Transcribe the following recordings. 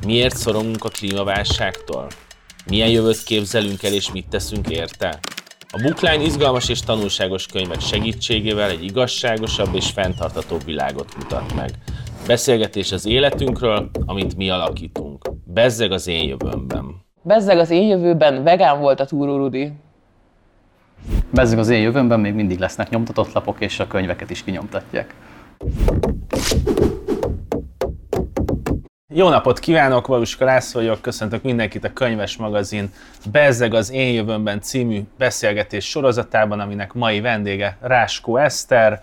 Miért szorongunk a klímaválságtól? Milyen jövőt képzelünk el és mit teszünk érte? A Bookline izgalmas és tanulságos könyvek segítségével egy igazságosabb és fenntarthatóbb világot mutat meg. Beszélgetés az életünkről, amit mi alakítunk. Bezzeg az én jövőmben. Bezzeg az én jövőben vegán volt a Túró Rudi. Bezzeg az én jövőmben még mindig lesznek nyomtatott lapok, és a könyveket is kinyomtatják. Jó napot kívánok, Valuska László vagyok, köszöntök mindenkit a Könyves Magazin Bezzeg az én jövőmben című beszélgetés sorozatában, aminek mai vendége Ráskó Eszter.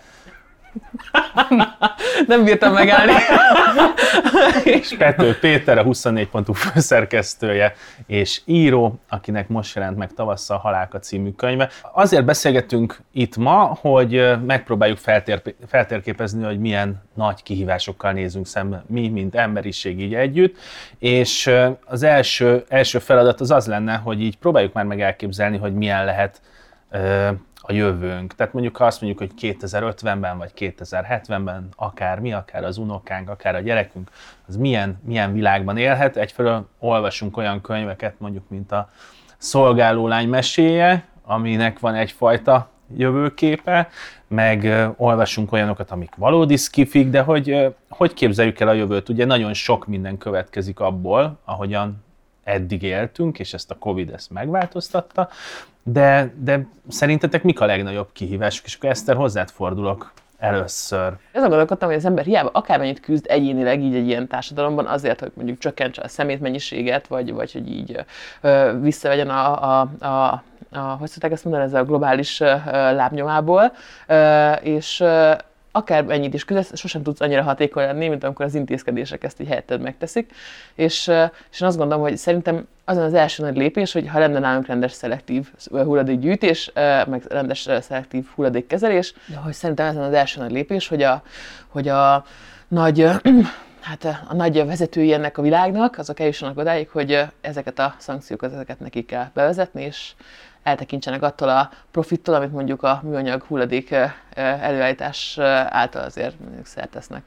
Nem bírtam megállni. És Pető Péter, a 24.hu főszerkesztője és író, akinek most jelent meg tavasszal Halálka című könyve. Azért beszélgetünk itt ma, hogy megpróbáljuk feltérképezni, hogy milyen nagy kihívásokkal nézünk szembe mi, mint emberiség így együtt, és az első feladat az lenne, hogy így próbáljuk már meg elképzelni, hogy milyen lehet a jövőnk. Tehát mondjuk, ha azt mondjuk, hogy 2050-ben vagy 2070-ben akár mi, akár az unokánk, akár a gyerekünk, az milyen világban élhet. Egyfelől olvasunk olyan könyveket, mondjuk, mint a Szolgálólány meséje, aminek van egyfajta jövőképe, meg olvasunk olyanokat, amik valódi szkifik, de hogy képzeljük el a jövőt? Ugye nagyon sok minden következik abból, ahogyan eddig éltünk, és ezt a Covid ezt megváltoztatta, de szerintetek mik a legnagyobb kihívások? És akkor Eszter, hozzád fordulok először. Azon gondolkodtam, hogy az ember hiába akármennyit küzd egyénileg így egy ilyen társadalomban azért, hogy mondjuk csökkentse a szemétmennyiséget, vagy hogy így visszavegyen hogy szokták ezt mondani, ez a globális lábnyomából, és akármennyit is küzdesz, sosem tudsz annyira hatékony lenni, mint amikor az intézkedések ezt így helyetted megteszik. És én azt gondolom, hogy szerintem azon az első nagy lépés, hogy ha lenne nálunk rendes szelektív hulladékgyűjtés, meg rendes szelektív hulladékkezelés, de hogy szerintem ezen az első nagy lépés, hogy a nagy a nagy vezetői ennek a világnak, azok eljussanak odáig, hogy ezeket a szankciókat, ezeket nekik kell bevezetni, és eltekintsenek attól a profittól, amit mondjuk a műanyag hulladék előállítás által azért szert tesznek.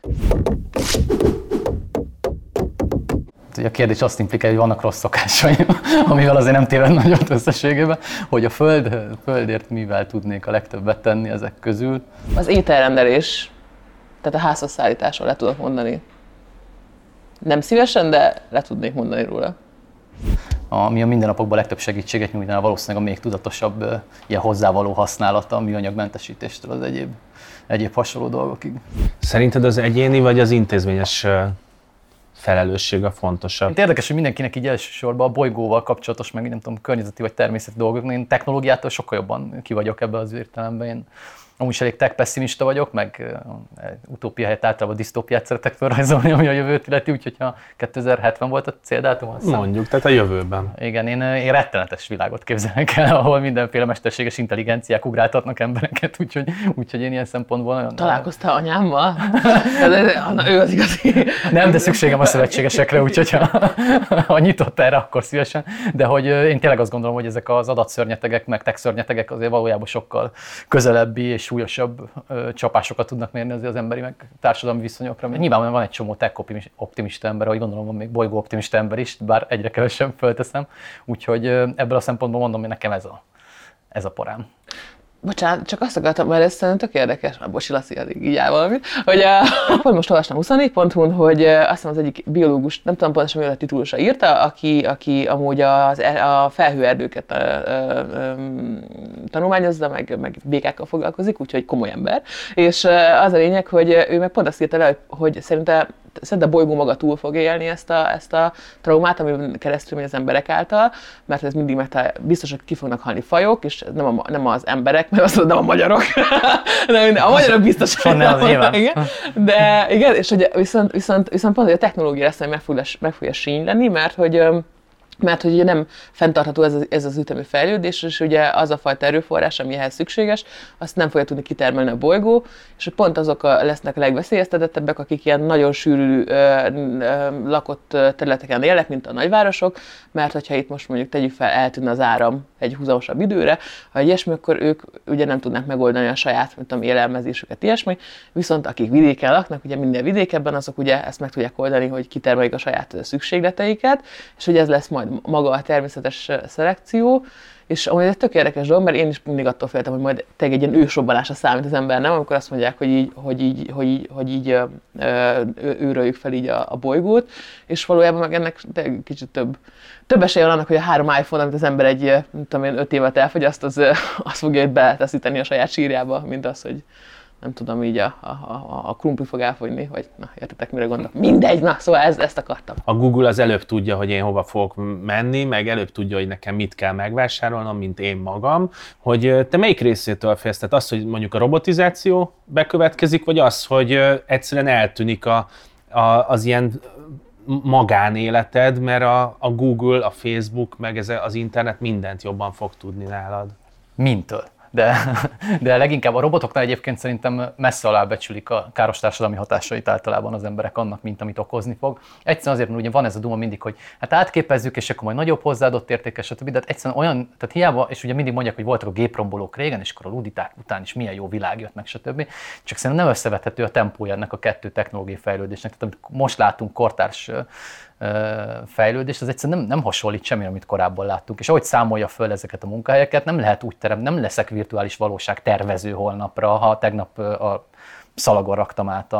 A kérdés azt implikálja, hogy vannak rossz szokásaim, amivel azért nem téved nagyot összességében, hogy a földért mivel tudnék a legtöbbet tenni ezek közül. Az ételrendelés, tehát a házhoz szállításról le tudok mondani. Nem szívesen, de le tudnék mondani róla. Ami a mindennapokban legtöbb segítséget nyújtana, valószínűleg a még tudatosabb ilyen hozzávaló használata a műanyagmentesítéstől az egyéb hasonló dolgokig. Szerinted az egyéni vagy az intézményes felelősség a fontosabb? Érdekes, hogy mindenkinek így elsősorban a bolygóval kapcsolatos, meg nem tudom, környezeti vagy természeti dolgok. Én technológiától sokkal jobban ki vagyok ebben az értelemben. Én amúgy is elég tech-pessimista vagyok, meg utópia helyett általában disztópiát szeretek felrajzolni, ami a jövőt illeti, úgyhogy ha 2070 volt a céldátum, mondjuk, tehát a jövőben. Igen, én rettenetes világot képzelek el, ahol mindenféle mesterséges intelligenciák ugráltatnak embereket, úgyhogy én ilyen szempontból nagyon... Találkoztál anyámmal? Ő az igazi. Nem, de szükségem a szövetségesekre, úgyhogy ha nyitott erre, akkor szívesen. De hogy én tényleg azt gondolom, hogy ezek az adatszörnyetegek, meg tech-szörnyetegek azért valójában sokkal közelebbi és súlyosabb csapásokat tudnak mérni azért az emberi meg társadalmi viszonyokra. Nyilván van egy csomó tech-optimista ember, ahogy gondolom, van még bolygó-optimista ember is, bár egyre kevesebb fölteszem. Úgyhogy ebből a szempontból mondom, hogy nekem ez a porám. Bocsánat, csak azt akartam, mert ez szerintem tök érdekes, bocsi Laci, addig így áll valamit, hogy most olvastam 24.hu-n, hogy azt hiszem az egyik biológus, nem tudom pontosan, mi a titulusa írta, aki amúgy a felhőerdőket tanulmányozza, meg békákkal foglalkozik, úgyhogy komoly ember. És az a lényeg, hogy ő meg pont azt írta le, hogy szerintem a bolygó maga túl fog élni ezt a traumát, amiben keresztül megy az emberek által, mert ez mindig biztos, hogy ki fognak halni fajok, és nem az emberek, mert azt mondom, nem a magyarok. A magyarok biztos, hogy nem. Igen. De igen, és hogy viszont pont, hogy a technológia lesz, hogy meg fogja sínyleni, mert hogy mert hogy ugye nem fenntartható ez az ütemű fejlődés, és ugye az a fajta erőforrás, ami ehhez szükséges, azt nem fogja tudni kitermelni a bolygó, és pont azok lesznek a legveszélyeztetettebbek, akik ilyen nagyon sűrű lakott területeken élnek, mint a nagyvárosok, mert hogyha itt most mondjuk tegyük fel, eltűnne az áram egy húzamosabb időre, ha ilyesmi, akkor ők ugye nem tudnak megoldani a saját, mint a élelmezésüket, ilyesmi, viszont akik vidéken laknak, ugye minél vidékebben, azok ugye ezt meg tudják oldani, hogy kitermelik a saját szükségleteiket, és ugye ez lesz majd maga a természetes szelekció, és amúgy ez egy tök érdekes dolog, mert én is mindig attól féltem, hogy majd tényleg egy ilyen ősrobbanásra számít az ember, nem? Amikor azt mondják, hogy így őröljük fel így a bolygót, és valójában meg ennek kicsit több esélye van annak, hogy a 3 iPhone, amit az ember egy, nem tudom én, 5 évet elfogyaszt, az fogja őt beletaszítani a saját sírjába, mint az, hogy nem tudom, így a krumpli fog elfogyni, vagy na, értetek, mire gondolok. Mindegy, na, szóval ezt akartam. A Google az előbb tudja, hogy én hova fogok menni, meg előbb tudja, hogy nekem mit kell megvásárolnom, mint én magam. Hogy te melyik részétől félsz? Tehát az, hogy mondjuk a robotizáció bekövetkezik, vagy az, hogy egyszerűen eltűnik az ilyen magánéleted, mert a Google, a Facebook, meg az internet mindent jobban fog tudni nálad? Mintől. De leginkább a robotoknál egyébként szerintem messze alábecsülik a káros társadalmi hatásait általában az emberek annak, mint amit okozni fog. Egyszerűen azért, mert ugye van ez a duma mindig, hogy hát átképezzük, és akkor majd nagyobb hozzáadott értékes, stb. De egyszerűen olyan, tehát hiába, és ugye mindig mondják, hogy voltak a géprombolók régen, és akkor a luditák után is milyen jó világ jött meg, stb. Csak szerintem nem összevethető a tempója ennek a 2 technológiai fejlődésnek. Tehát amit most látunk kortárs fejlődés, az egyszerűen nem hasonlít semmire, amit korábban láttunk. És ahogy számolja föl ezeket a munkahelyeket, nem lehet úgy nem leszek virtuális valóság tervező holnapra, ha tegnap a szalagon raktam át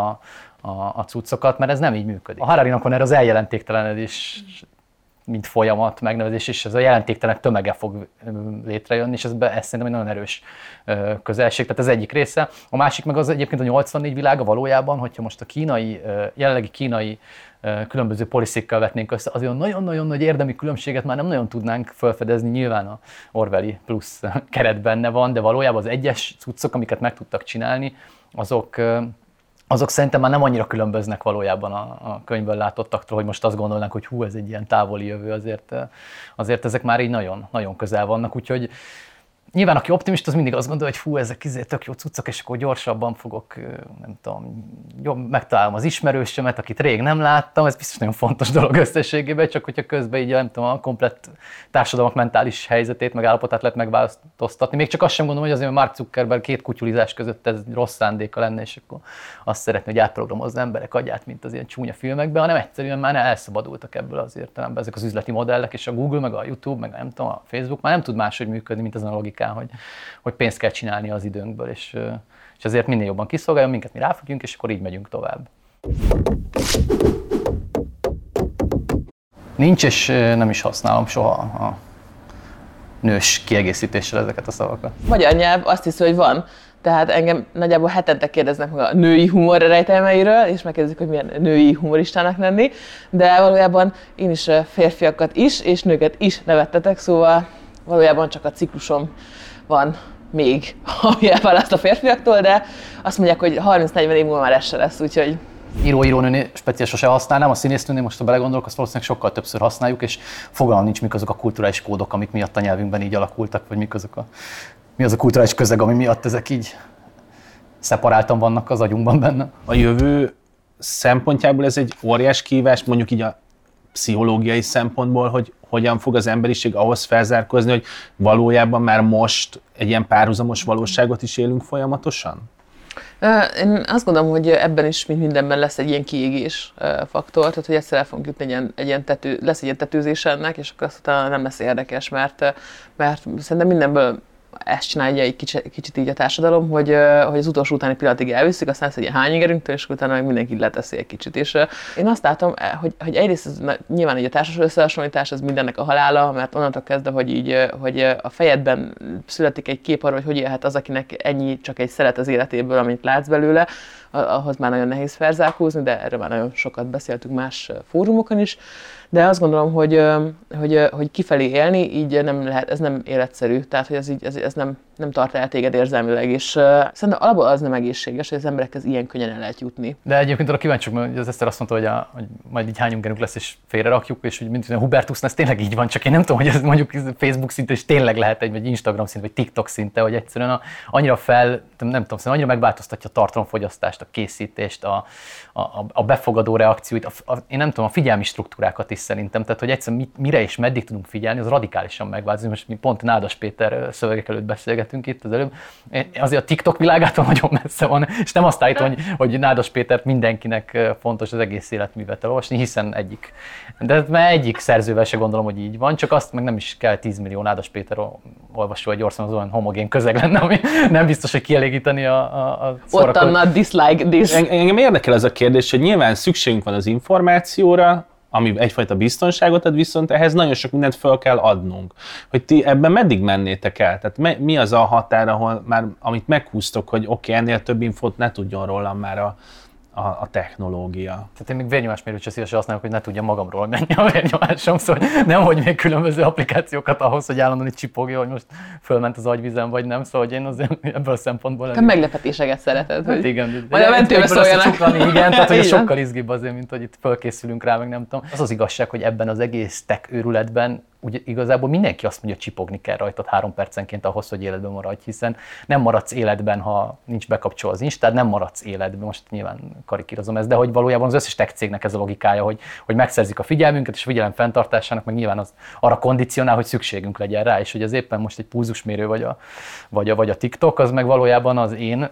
a cuccokat, mert ez nem így működik. A Harari-nak van erre az eljelentéktelenedés, mint folyamat, megnevezés, és ez a jelentéktelenek tömege fog létrejönni, és ez szerintem egy nagyon erős közelség, tehát ez egyik része. A másik meg az egyébként a 84 világa valójában, hogyha most a jelenlegi kínai különböző policy-kkel vetnénk össze, azért nagyon-nagyon nagy érdemi különbséget már nem nagyon tudnánk felfedezni, nyilván a Orwelli plusz keret benne van, de valójában az egyes cuccok, amiket meg tudtak csinálni, azok szerintem már nem annyira különböznek valójában a könyvben látottaktól, hogy most azt gondolnánk, hogy hú, ez egy ilyen távoli jövő, azért ezek már így nagyon, nagyon közel vannak, úgyhogy nyilván, aki optimista, az mindig azt gondolja, hogy hú, ezek tök jó cuccok, és akkor gyorsabban fogok, nem tudom, megtalálom az ismerősömet, akit rég nem láttam, ez biztos nagyon fontos dolog összességében, csak hogyha közben így, nem tudom, a komplett társadalmak mentális helyzetét, meg állapotát lehet megváltoztatni. Még csak azt sem gondolom, hogy azért Mark Zuckerberg 2 kutyulizás között ez rossz szándéka lenne, és akkor azt szeretné, hogy átprogramozza emberek agyát, mint az ilyen csúnya filmekben, hanem egyszerűen már elszabadultak ebből az értelemben ezek az üzleti modellek, és a Google, meg a YouTube, meg nem tudom, a Facebook már nem tud máshogy működni, mint ezen a logikán, hogy pénzt kell csinálni az időnkből, és ezért minél jobban kiszolgáljon minket, mi ráfogjunk, és akkor így megyünk tovább. Nincs, és nem is használom soha a nős kiegészítéssel ezeket a szavakat. Magyar nyelv azt hiszi, hogy van. Tehát engem nagyjából hetente kérdeznek meg a női humor rejtelmeiről, és megkérdezik, hogy milyen női humoristának lenni, de valójában én is férfiakat is, és nőket is nevettetek, szóval valójában csak a ciklusom van még, ami elválaszt a férfiaktól, de azt mondják, hogy 30-40 év múlva már ez se lesz, úgyhogy... Írónőnél speciál sose használnám, a színésznőnél most, ha belegondolok, azt valószínűleg sokkal többször használjuk, és fogalmam nincs, mik azok a kulturális kódok, amik miatt a nyelvünkben így alakultak, vagy mi az a kulturális közeg, ami miatt ezek így szeparáltan vannak az agyunkban benne. A jövő szempontjából ez egy óriás kihívás, mondjuk így a pszichológiai szempontból, hogy hogyan fog az emberiség ahhoz felzárkózni, hogy valójában már most egy ilyen párhuzamos valóságot is élünk folyamatosan? Én azt gondolom, hogy ebben is, mint mindenben lesz egy ilyen kiégés faktor, tehát hogy egyszer el fogunk jutni lesz egy ilyen tetőzés ennek, és akkor azt utána nem lesz érdekes, mert szerintem mindenből ezt csinálja egy kicsit így a társadalom, hogy az utolsó utáni pillanatig elviszik, aztán lesz egy hányingerünktől, és utána meg mindenki leteszi egy kicsit. És én azt látom, hogy egyrészt ez, nyilván így a társas összehasonlítás, ez mindennek a halála, mert onnantól kezdve, hogy a fejedben születik egy kép arról, hogy élhet az, akinek ennyi csak egy szeret az életéből, amit látsz belőle, ahhoz már nagyon nehéz felzárkózni, de erről már nagyon sokat beszéltünk más fórumokon is. De azt gondolom, hogy kifelé élni így nem lehet, ez nem életszerű, tehát hogy ez nem tart el téged érzelmileg, és szerintem alapból az nem egészséges, hogy az emberekhez ilyen könnyen el lehet jutni. De egyébként arra kíváncsiak, mert az Eszter azt mondta, hogy majd így hányunk lesz, és félrerakjuk, és hogy mint a Hubertusnál ez tényleg így van, csak én nem tudom, hogy ez mondjuk Facebook szinten is tényleg lehet vagy Instagram szinten, vagy TikTok szinten, hogy egyszerűen annyira nem tudom, annyira megváltoztatja a tartalomfogyasztást, a készítést, a befogadó reakcióit, én nem tudom, a figyelmi struktúrákat is szerintem, tehát hogy egyszerűen mire és meddig tudunk figyelni, az radikálisan megváltozik. Most mi pont Nádas Péter szövegek előtt beszélgetünk itt az előbb. Azért a TikTok világától nagyon messze van, és nem azt állítom, hogy Nádas Pétert mindenkinek fontos az egész életművet elolvasni, hiszen egyik szerzővel se gondolom, hogy így van, csak azt meg nem is kell 10 millió Nádas Péter olvasó, egy országban az olyan homogén közeg lenne, ami nem biztos, hogy kielégíteni a szórakozó. Ott a dislike this. Engem érdekel ez a kérdés, hogy nyilván szükségünk van az információra, ami egyfajta biztonságot ad, viszont ehhez nagyon sok mindent föl kell adnunk. Hogy ti ebben meddig mennétek el? Tehát mi az a határ, ahol már, amit meghúztok, hogy oké, ennél több infót ne tudjon rólam már a technológia. Tehát én még vérnyomásmérőt sem szívesen használok, hogy ne tudjam magamról mennyi a vérnyomásom, szóval nem, hogy még különböző applikációkat ahhoz, hogy állandóan csipogja, hogy most fölment az agyvízem, vagy nem, szóval hogy én azért ebből a szempontból... Te meglepetéseket szereted, hogy... igen. Majd a mentőbe szóljanak. Igen, tehát hogy sokkal izgibb azért, mint hogy itt fölkészülünk rá, meg nem tudom. Az az igazság, hogy ebben az egész tech őrületben ugye igazából mindenki azt mondja, hogy csipogni kell rajtad 3 percenként ahhoz, hogy életben maradj, hiszen nem maradsz életben, ha nincs bekapcsolva az Instád, nem maradsz életben, most nyilván karikírozom ezt, de hogy valójában az összes tech cégnek ez a logikája, hogy megszerzik a figyelmünket, és a figyelem fenntartásának meg nyilván az arra kondicionál, hogy szükségünk legyen rá, és hogy az éppen most egy pulzusmérő vagy a TikTok, az meg valójában az én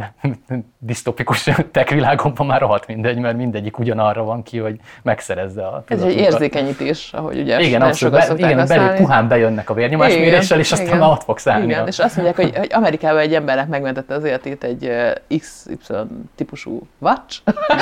disztopikus tech világomban már rohadt mindegy, mert mindegyik ugyanarra van ki, hogy megszerezze a tudatunkat. Ez egy érzékenyítés, ahogy ugye igen, belül puhán bejönnek a vérnyomásméréssel, és aztán már ott fogsz állni. Igen, és azt mondják, hogy Amerikában egy embernek megmentette az életét egy XY típusú watch,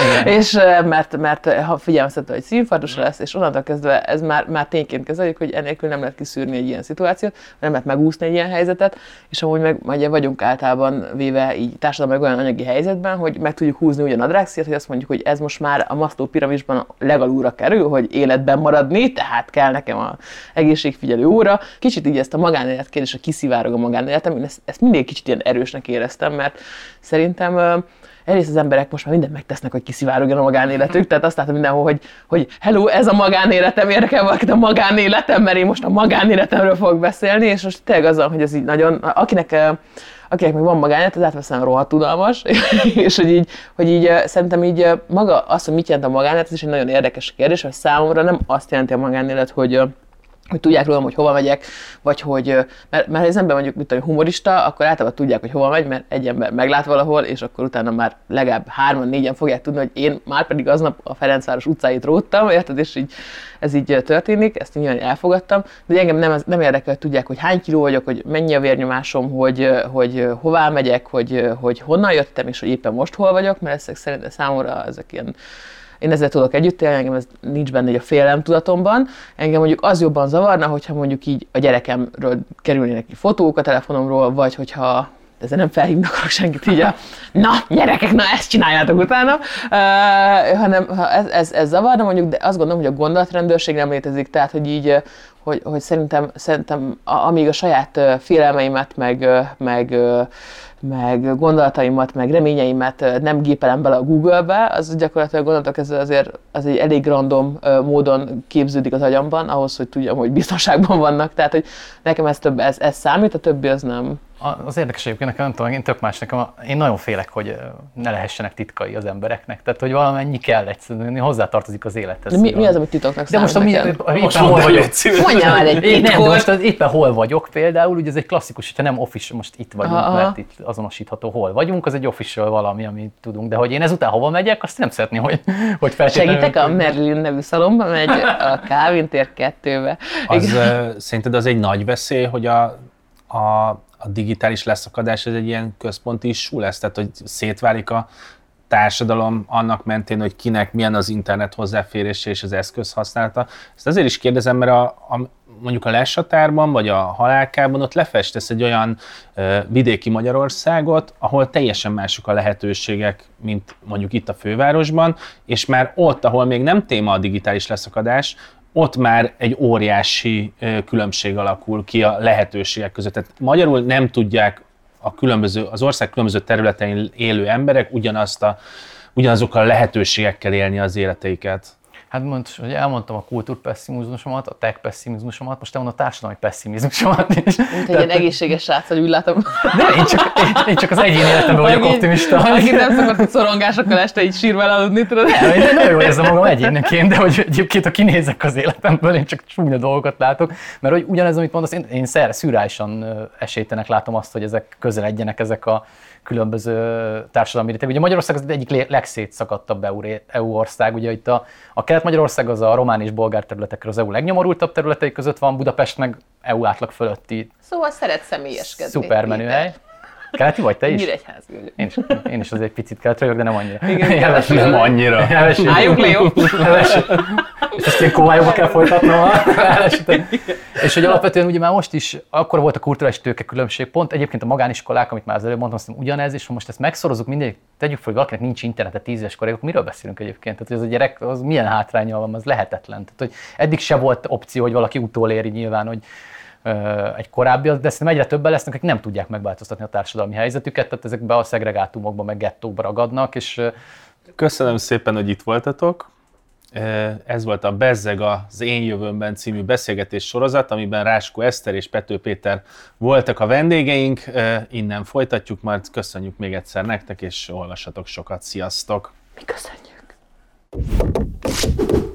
és mert ha figyelmeztette, hogy szívinfarktusa lesz, és onnantól kezdve ez már tényként kezeljük, hogy ennélkül nem lehet kiszűrni egy ilyen szituációt, nem lehet megúszni egy ilyen helyzetet, és amúgy meg vagyunk általában véve így társadalmi olyan anyagi helyzetben, hogy meg tudjuk húzni ugyan a nadrágszíjat, hogy azt mondjuk, hogy ez most már a Maslow piramisban legalulra kerül, hogy életben maradni, tehát kell nekem a egészségfigyelő óra. Kicsit így ezt a magánélet kérdésre kiszivárog a magánéletem, én ezt mindig kicsit ilyen erősnek éreztem, mert szerintem egyrészt az emberek most már mindent megtesznek, hogy kiszivárogjon a magánéletük, tehát azt látom mindenhol, hogy hello, ez a magánéletem, érdekel valakit a magánéletem, mert én most a magánéletemről fogok beszélni, és most tényleg az, hogy ez így nagyon, akinek meg van magánélet, az átveszem rohadt tudalmas, és hogy így szerintem így maga az, hogy mit jelent a magánélet, ez is egy nagyon érdekes kérdés, hogy számomra nem azt jelenti a magánélet, hogy tudják rólam, hogy hova megyek, vagy hogy, mert az ember mondjuk, mint humorista, akkor általában tudják, hogy hova megy, mert egy ember meglát valahol, és akkor utána már legalább 3-4-en fogják tudni, hogy én már pedig aznap a Ferencváros utcáit róttam, érted, és így, ez így történik, ezt nyilván elfogadtam, de engem nem érdekel, hogy tudják, hogy hány kiló vagyok, hogy mennyi a vérnyomásom, hogy hová megyek, hogy honnan jöttem, és hogy éppen most hol vagyok, mert ezek szerint számomra ezek ilyen. Én ezzel tudok együtt élni, engem ez nincs benne egy a félelem tudatomban. Engem mondjuk az jobban zavarna, hogyha mondjuk így a gyerekemről kerülnének ki fotók a telefonomról, vagy hogyha ezzel nem felhívnak akarok senkit így na gyerekek, na ezt csináljátok utána, hanem ha ez zavarna mondjuk, de azt gondolom, hogy a gondolatrendőrség nem létezik, tehát hogy így, hogy szerintem amíg a saját félelmeimet, meg gondolataimat, meg reményeimet nem gépelem bele a Google-be, az gyakorlatilag gondolatok ez azért az egy elég random módon képződik az agyamban, ahhoz, hogy tudjam, hogy biztonságban vannak. Tehát, hogy nekem ez számít, a többi az nem. Az érdekes egyébként nekem, nem tudom, én tök más nekem, én nagyon félek, hogy ne lehessenek titkai az embereknek. Tehát, hogy valamennyi kell egyszerűen, hozzátartozik az élethez. De mi az, amit titoknak számít? De most hol vagyok? Mondjál már egy titkot. Most éppen hol vagyok például, ugye ez egy klasszikus, hogyha nem official, most itt vagyunk, mert itt azonosítható hol vagyunk, az egy official valami, amit tudunk. De hogy én ezután hova megyek, azt nem szeretném, hogy feltétlenül... Segítek, a Merlin nevű szalomba megy a Kálvin tér 2-be. Szerinted az egy nagy veszély, hogy a digitális leszakadás ez egy ilyen központi issú lesz, tehát hogy szétválik a társadalom annak mentén, hogy kinek milyen az internet hozzáférése és az eszköz használata. Ezt azért is kérdezem, mert mondjuk a Leshatárban vagy a Halálkában ott lefestesz egy olyan vidéki Magyarországot, ahol teljesen mások a lehetőségek, mint mondjuk itt a fővárosban, és már ott, ahol még nem téma a digitális leszakadás, ott már egy óriási különbség alakul ki a lehetőségek között. Tehát magyarul nem tudják az ország különböző területein élő emberek ugyanazokkal a lehetőségekkel élni az életeiket. Hát hogy elmondtam a kultúrpesszimizmusomat, a tech pesszimizmusomat, most elmondom a társadalmi pesszimizmusomat is. Mint egy ilyen egészséges srác, hogy úgy látom. De én csak az egyéni életemben vagyok optimista. Aki nem szokott szorongásokkal este így sírva elaludni, tudod? Én nagyon jól érzem magam egyéniként, de hogy egyébként, ha kinézek az életemből, én csak csúnya dolgokat látok. Mert hogy ugyanez, amit mondasz, én szürreálisan esélytelennek látom azt, hogy ezek közeledjenek ezek a különböző társadalmi rétegek. Ugye Magyarország az egyik legszétszakadtabb EU ország, ugye itt a Kelet-Magyarország az a román és bolgár területekről az EU legnyomorultabb területei között van, Budapest meg EU átlag fölötti. Szóval szeret személyeskedni. Szupermenő hely. Keleti vagy te is? Nyíregyházi vagyok. Én is azért picit keletre vagyok, de nem annyira. Igen, nem annyira. Álljunk le, jó? És ezt ilyen kovályokba kell folytatnom. És hogy alapvetően ugye már most is, akkor volt a kulturális tőke különbség, pont egyébként a magániskolák, amit már az előbb mondtam, azt mondom, ugyanez, és ha most ezt megszorozunk mindig, tegyük fel, hogy valakinek nincs internet 10 éves korig, akkor miről beszélünk egyébként? Tehát, hogy ez a gyerek, az milyen hátrányal van, az lehetetlen. Tehát, hogy eddig se volt opció, hogy valaki utoléri nyilván, hogy egy korábbi, de szerintem egyre többen lesznek, akik nem tudják megváltoztatni a társadalmi helyzetüket, tehát ezekbe a szegregátumokba, meg gettókba ragadnak. És köszönöm szépen, hogy itt voltatok. Ez volt a Bezzeg az Én Jövőmben című beszélgetés sorozat, amiben Ráskó Eszter és Pető Péter voltak a vendégeink. Innen folytatjuk, majd köszönjük még egyszer nektek, és olvassatok sokat. Sziasztok! Mi köszönjük!